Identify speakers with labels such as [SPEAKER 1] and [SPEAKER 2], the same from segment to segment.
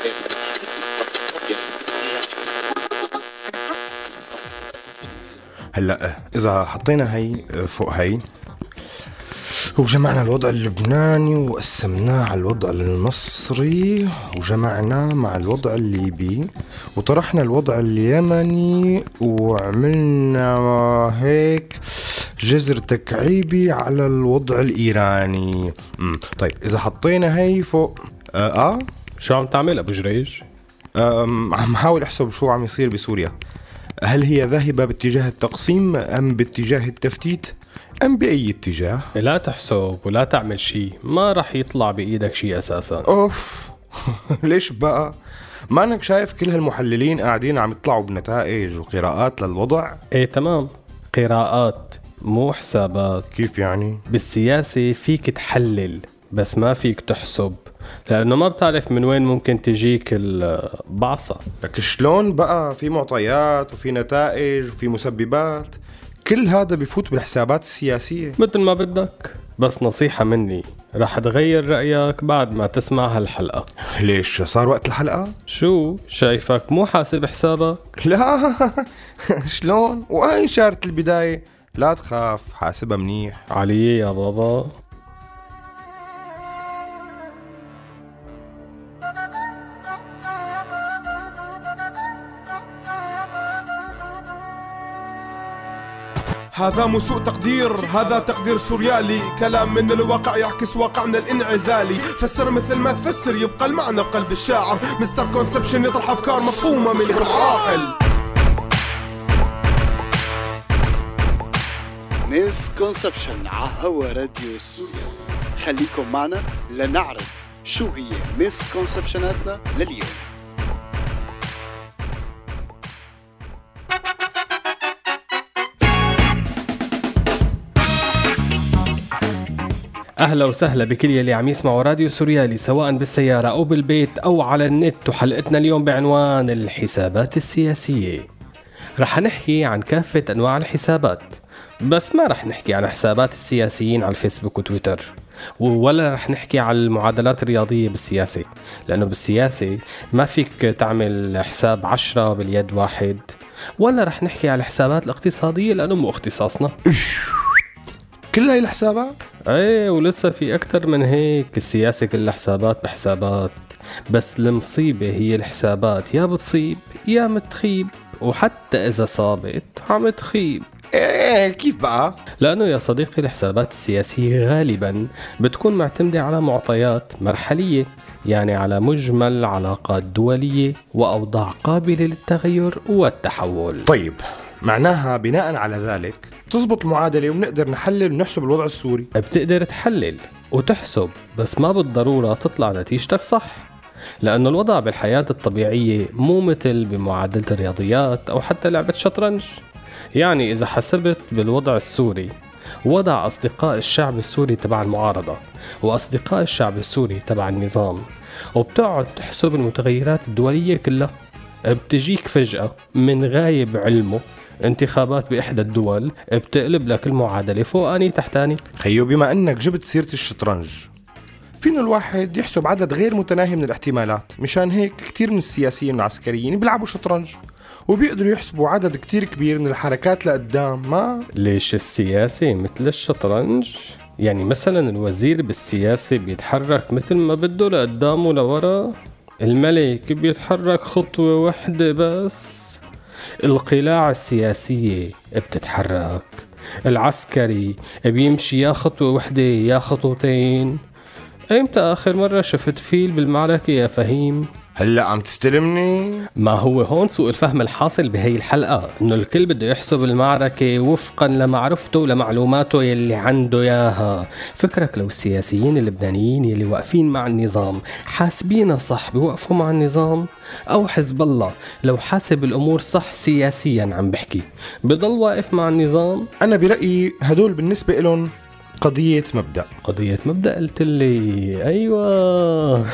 [SPEAKER 1] هلا إذا حطينا هي فوق هي وجمعنا الوضع اللبناني وقسمناه على الوضع المصري وجمعناه مع الوضع الليبي وطرحنا الوضع اليمني وعملنا هيك جذر تكعيبي على الوضع الإيراني. طيب إذا حطينا هي فوق
[SPEAKER 2] شو عم تعمل أبو جريج؟
[SPEAKER 1] عم حاول أحسب شو عم يصير بسوريا. هل هي ذاهبة باتجاه التقسيم أم باتجاه التفتيت أم بأي اتجاه؟
[SPEAKER 2] لا تحسب ولا تعمل شي، ما رح يطلع بإيدك شي أساسا.
[SPEAKER 1] أوف ليش بقى؟ ما أنك شايف كل هالمحللين قاعدين عم يطلعوا بنتائج وقراءات للوضع؟
[SPEAKER 2] ايه تمام، قراءات مو حسابات.
[SPEAKER 1] كيف يعني؟
[SPEAKER 2] بالسياسة فيك تحلل بس ما فيك تحسب، لأنه ما بتعرف من وين ممكن تجيك البعصة.
[SPEAKER 1] لك شلون بقى؟ في معطيات وفي نتائج وفي مسببات، كل هذا بيفوت بالحسابات السياسية.
[SPEAKER 2] مثل ما بدك، بس نصيحة مني رح تغير رأيك بعد ما تسمع هالحلقة.
[SPEAKER 1] ليش صار وقت الحلقة؟
[SPEAKER 2] شو شايفك مو حاسب حسابك؟
[SPEAKER 1] لا شلون؟ وأي شارة البداية؟ لا تخاف حاسبها منيح.
[SPEAKER 2] علي يا بابا.
[SPEAKER 3] هذا مو سوء تقدير، هذا تقدير سوريالي، كلام من الواقع يعكس واقعنا الانعزالي. فسر مثل ما تفسر يبقى المعنى بقلب الشاعر. مستر كونسبشن يطرح افكار مفهومه من غير عاقل.
[SPEAKER 4] ميس كونسبشن عهوا راديو سوريا. خليكم معنا لنعرف شو هي ميس كونسبشناتنا لليوم.
[SPEAKER 2] أهلا وسهلا بكل يلي عم يسمعوا راديو سوريالي سواء بالسيارة أو بالبيت أو على النت. وحلقتنا اليوم بعنوان الحسابات السياسية. رح نحكي عن كافة أنواع الحسابات، بس ما رح نحكي عن حسابات السياسيين على الفيسبوك وتويتر، ولا رح نحكي عن المعادلات الرياضية بالسياسة، لأنه بالسياسة ما فيك تعمل حساب 10 باليد واحد، ولا رح نحكي عن الحسابات الاقتصادية لأنه مو اختصاصنا.
[SPEAKER 1] كل هاي الحسابات؟
[SPEAKER 2] ايه ولسه في اكتر من هيك. السياسة كلها حسابات بحسابات، بس المصيبة هي الحسابات يا بتصيب يا متخيب، وحتى اذا صابت عم تخيب.
[SPEAKER 1] ايه كيف بقى؟
[SPEAKER 2] لانه يا صديقي الحسابات السياسية غالبا بتكون معتمدة على معطيات مرحلية، يعني على مجمل علاقات دولية واوضاع قابلة للتغير والتحول.
[SPEAKER 1] طيب معناها بناء على ذلك تزبط المعادلة ونقدر نحلل ونحسب الوضع السوري.
[SPEAKER 2] بتقدر تحلل وتحسب، بس ما بالضرورة تطلع نتيجتك صح، لأنه الوضع بالحياة الطبيعية مو مثل بمعادلة الرياضيات أو حتى لعبة شطرنج. يعني إذا حسبت بالوضع السوري وضع أصدقاء الشعب السوري تبع المعارضة وأصدقاء الشعب السوري تبع النظام، وبتقعد تحسب المتغيرات الدولية كلها، بتجيك فجأة من غايب علمه انتخابات بإحدى الدول بتقلب لك المعادلة فوقاني تحتاني.
[SPEAKER 1] خيو بما أنك جبت سيرة الشطرنج، فين الواحد يحسب عدد غير متناهي من الاحتمالات. مشان هيك كتير من السياسيين والعسكريين بيلعبوا شطرنج وبيقدروا يحسبوا عدد كتير كبير من الحركات لقدام. ما
[SPEAKER 2] ليش السياسة مثل الشطرنج؟ يعني مثلا الوزير بالسياسة بيتحرك مثل ما بده لقدام ولورا، الملك بيتحرك خطوة واحدة بس، القلاع السياسية بتتحرك، العسكري بيمشي يا خطوة واحدة يا خطوتين. ايمتى آخر مرة شفت فيل بالمعركة يا فهيم؟
[SPEAKER 1] هلأ عم تستلمني؟
[SPEAKER 2] ما هو هون سوء الفهم الحاصل بهي الحلقة، انه الكل بده يحسب المعركة وفقا لمعرفته ولمعلوماته يلي عنده ياها. فكرك لو السياسيين اللبنانيين يلي واقفين مع النظام حاسبين صح بيوقفوا مع النظام، او حزب الله لو حاسب الامور صح سياسيا عم بحكي بضل واقف مع النظام؟
[SPEAKER 1] انا برأيي هدول بالنسبة لهم قضية مبدأ.
[SPEAKER 2] قضية مبدأ قلت لي؟ ايوه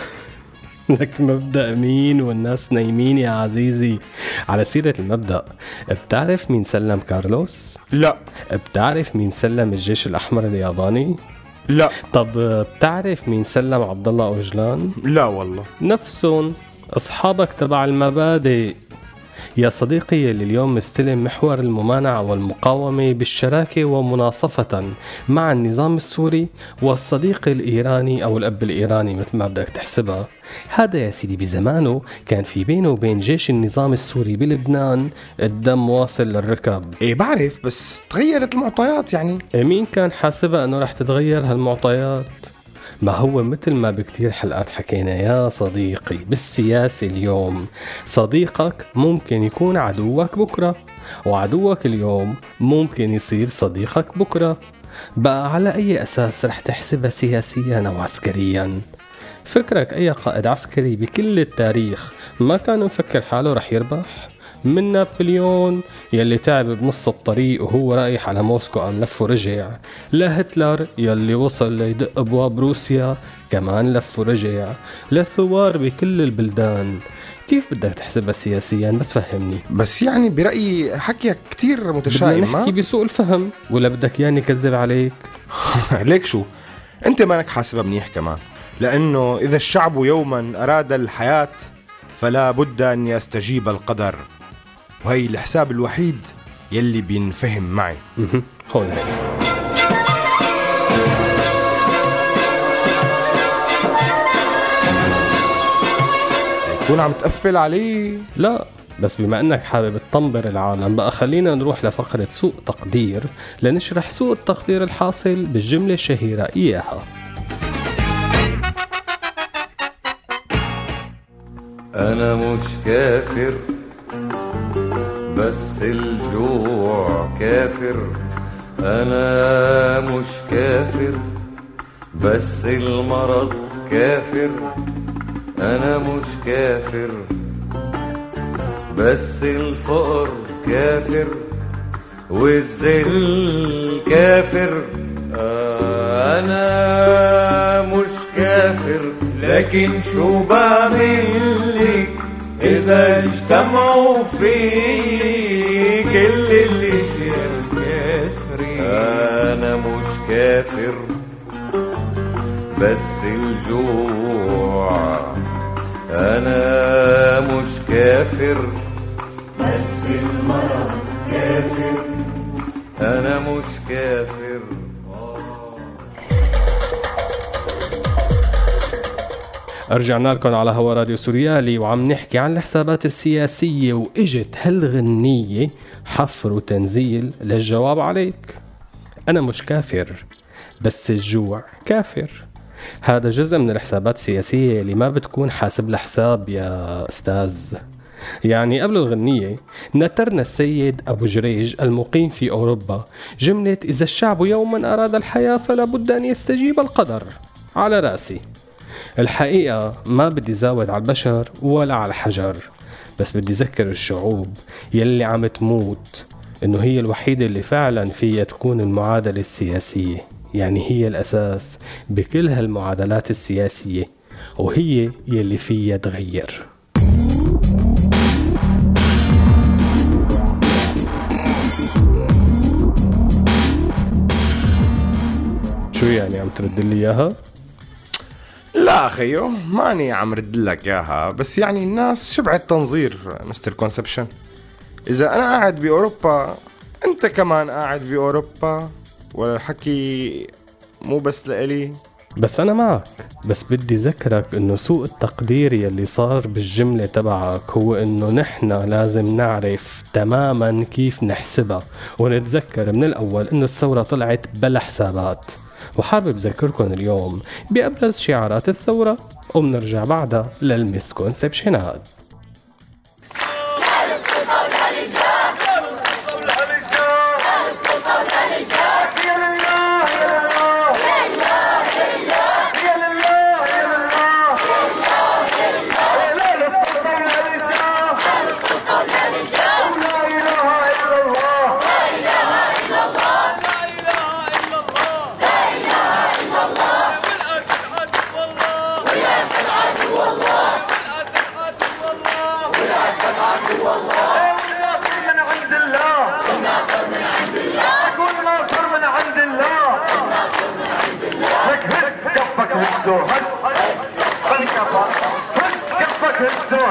[SPEAKER 2] لك مبدأ مين والناس نايمين يا عزيزي. على سيرة المبدأ، بتعرف مين سلم كارلوس؟
[SPEAKER 1] لا.
[SPEAKER 2] بتعرف مين سلم الجيش الأحمر الياباني؟
[SPEAKER 1] لا.
[SPEAKER 2] طب بتعرف مين سلم عبد الله أوجلان؟
[SPEAKER 1] لا والله.
[SPEAKER 2] نفسهم أصحابك تبع المبادئ. يا صديقي اللي اليوم مستلم محور الممانعة والمقاومة بالشراكة ومناصفة مع النظام السوري والصديق الإيراني أو الأب الإيراني مثل ما بدك تحسبها، هذا يا سيدي بزمانه كان في بينه وبين جيش النظام السوري بلبنان الدم واصل للركب.
[SPEAKER 1] ايه بعرف، بس تغيرت المعطيات يعني.
[SPEAKER 2] مين كان حاسبها أنه رح تتغير هالمعطيات؟ ما هو مثل ما بكتير حلقات حكينا يا صديقي، بالسياسة اليوم صديقك ممكن يكون عدوك بكرة، وعدوك اليوم ممكن يصير صديقك بكرة. بقى على أي أساس رح تحسبها سياسيا أو عسكريا؟ فكرك أي قائد عسكري بكل التاريخ ما كان مفكر حاله رح يربح؟ من نابليون يلي تعب بنص الطريق وهو رايح على موسكو قام لف ورجع، لهتلر يلي وصل ليدق ابواب روسيا كمان لف ورجع، للثوار بكل البلدان. كيف بدك تحسبها سياسيا؟ بس فهمني.
[SPEAKER 1] بس يعني برأيي حكيك كتير متشائم.
[SPEAKER 2] بدنا نحكي بسوء الفهم ولا بدك ياني كذب عليك؟
[SPEAKER 1] ليك شو، انت مانك حاسبها منيح كمان، لانه اذا الشعب يوما اراد الحياة فلا بد ان يستجيب القدر، وهي الحساب الوحيد يلي بينفهم معي.
[SPEAKER 2] هون هي
[SPEAKER 1] يكون عم تقفل عليه.
[SPEAKER 2] لا، بس بما انك حابب تطنبر العالم بقى خلينا نروح لفقرة سوء تقدير لنشرح سوء التقدير الحاصل بالجملة الشهيرة إياها.
[SPEAKER 5] أنا مش كافر بس الجوع كافر، أنا مش كافر بس المرض كافر، أنا مش كافر بس الفقر كافر والذل كافر. أنا مش كافر لكن شو بعمل لك إذا اجتمعوا في كل اللي شير كافرين. أنا مش كافر بس الجوع، أنا مش كافر بس المرض كافر، أنا مش كافر.
[SPEAKER 2] رجعنا لكم على هوا راديو سوريالي وعم نحكي عن الحسابات السياسية، وإجت هالغنية حفر وتنزيل للجواب عليك. أنا مش كافر بس الجوع كافر. هذا جزء من الحسابات السياسية اللي ما بتكون حاسب لحساب يا أستاذ. يعني قبل الغنية نترنا السيد أبو جريج المقيم في أوروبا جملة إذا الشعب يوما أراد الحياة فلا بد أن يستجيب القدر. على رأسي. الحقيقة ما بدي زاود على البشر ولا على الحجر، بس بدي ذكر الشعوب يلي عم تموت إنه هي الوحيدة اللي فعلا فيها تكون المعادلة السياسية، يعني هي الأساس بكل هالمعادلات السياسية، وهي يلي فيها تغير. شو يعني عم ترد لي إياها؟
[SPEAKER 1] لا خيو، ماني عم رد لك اياها، بس يعني الناس شبعت تنظير مستر كونسبشن. اذا انا قاعد باوروبا انت كمان قاعد باوروبا، والحكي مو بس لإلي.
[SPEAKER 2] بس أنا معك، بس بدي ذكرك إنه سوء التقدير يلي صار بالجملة تبعك هو إنه نحن لازم نعرف تماما كيف نحسبها، ونتذكر من الأول إنه الثورة طلعت بلا حسابات. وحابب ذكركم اليوم بأبرز شعارات الثورة، وبنرجع بعدها للمسكونسبشنات.
[SPEAKER 6] هز كفك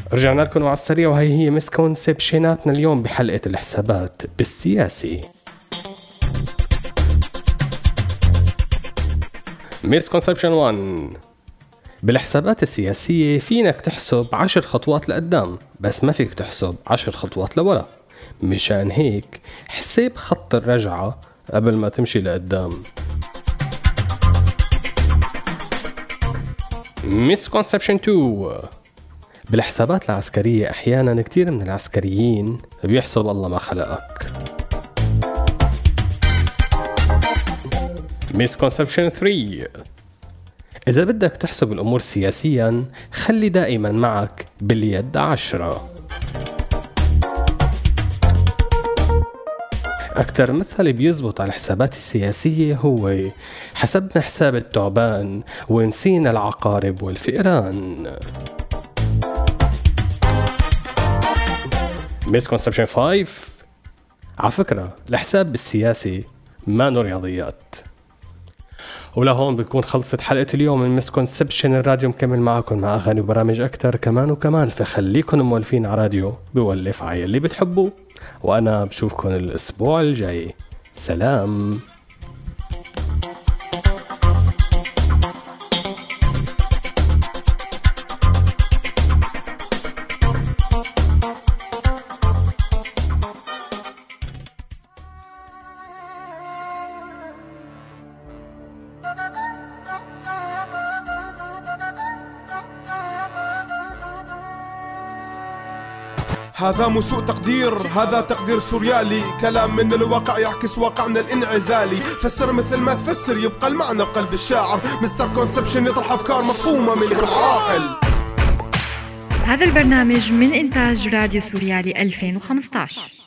[SPEAKER 2] رجعنا لكم على السريع، وهي هي مسكونسبشناتنا اليوم بحلقة الحسابات بالسياسي. مسكونسبشن 1: بالحسابات السياسية فينك تحسب 10 خطوات لقدام، بس ما فيك تحسب 10 خطوات لورا. مشان هيك حساب خط الرجعة قبل ما تمشي لقدام. مسكونسبشن 2: بالحسابات العسكرية أحيانا كتير من العسكريين بيحسب الله ما خلقك. مسكونسبشن 3: إذا بدك تحسب الأمور سياسيا خلي دائما معك باليد 10. أكتر مثل بيزبط على الحسابات السياسية هو حسبنا حساب التعبان ونسينا العقارب والفئران. مسكونسبشن 5: على فكرة الحساب بالسياسي ما نو رياضيات. ولهون بتكون خلصت حلقة اليوم من مسكونسبشن الراديو. مكمل معكم مع أغاني وبرامج أكتر كمان وكمان، فخليكن مولفين على راديو بولف عاي اللي بتحبوه، وأنا بشوفكن الأسبوع الجاي. سلام.
[SPEAKER 3] هذا مو سوء تقدير، هذا تقدير سوريالي، كلام من الواقع يعكس واقعنا الانعزالي. فسر مثل ما تفسر يبقى المعنى بقلب الشاعر. مستر كونسبشن يطرح أفكار مفهومة من العاقل.
[SPEAKER 6] هذا البرنامج من إنتاج راديو سوريالي 2015.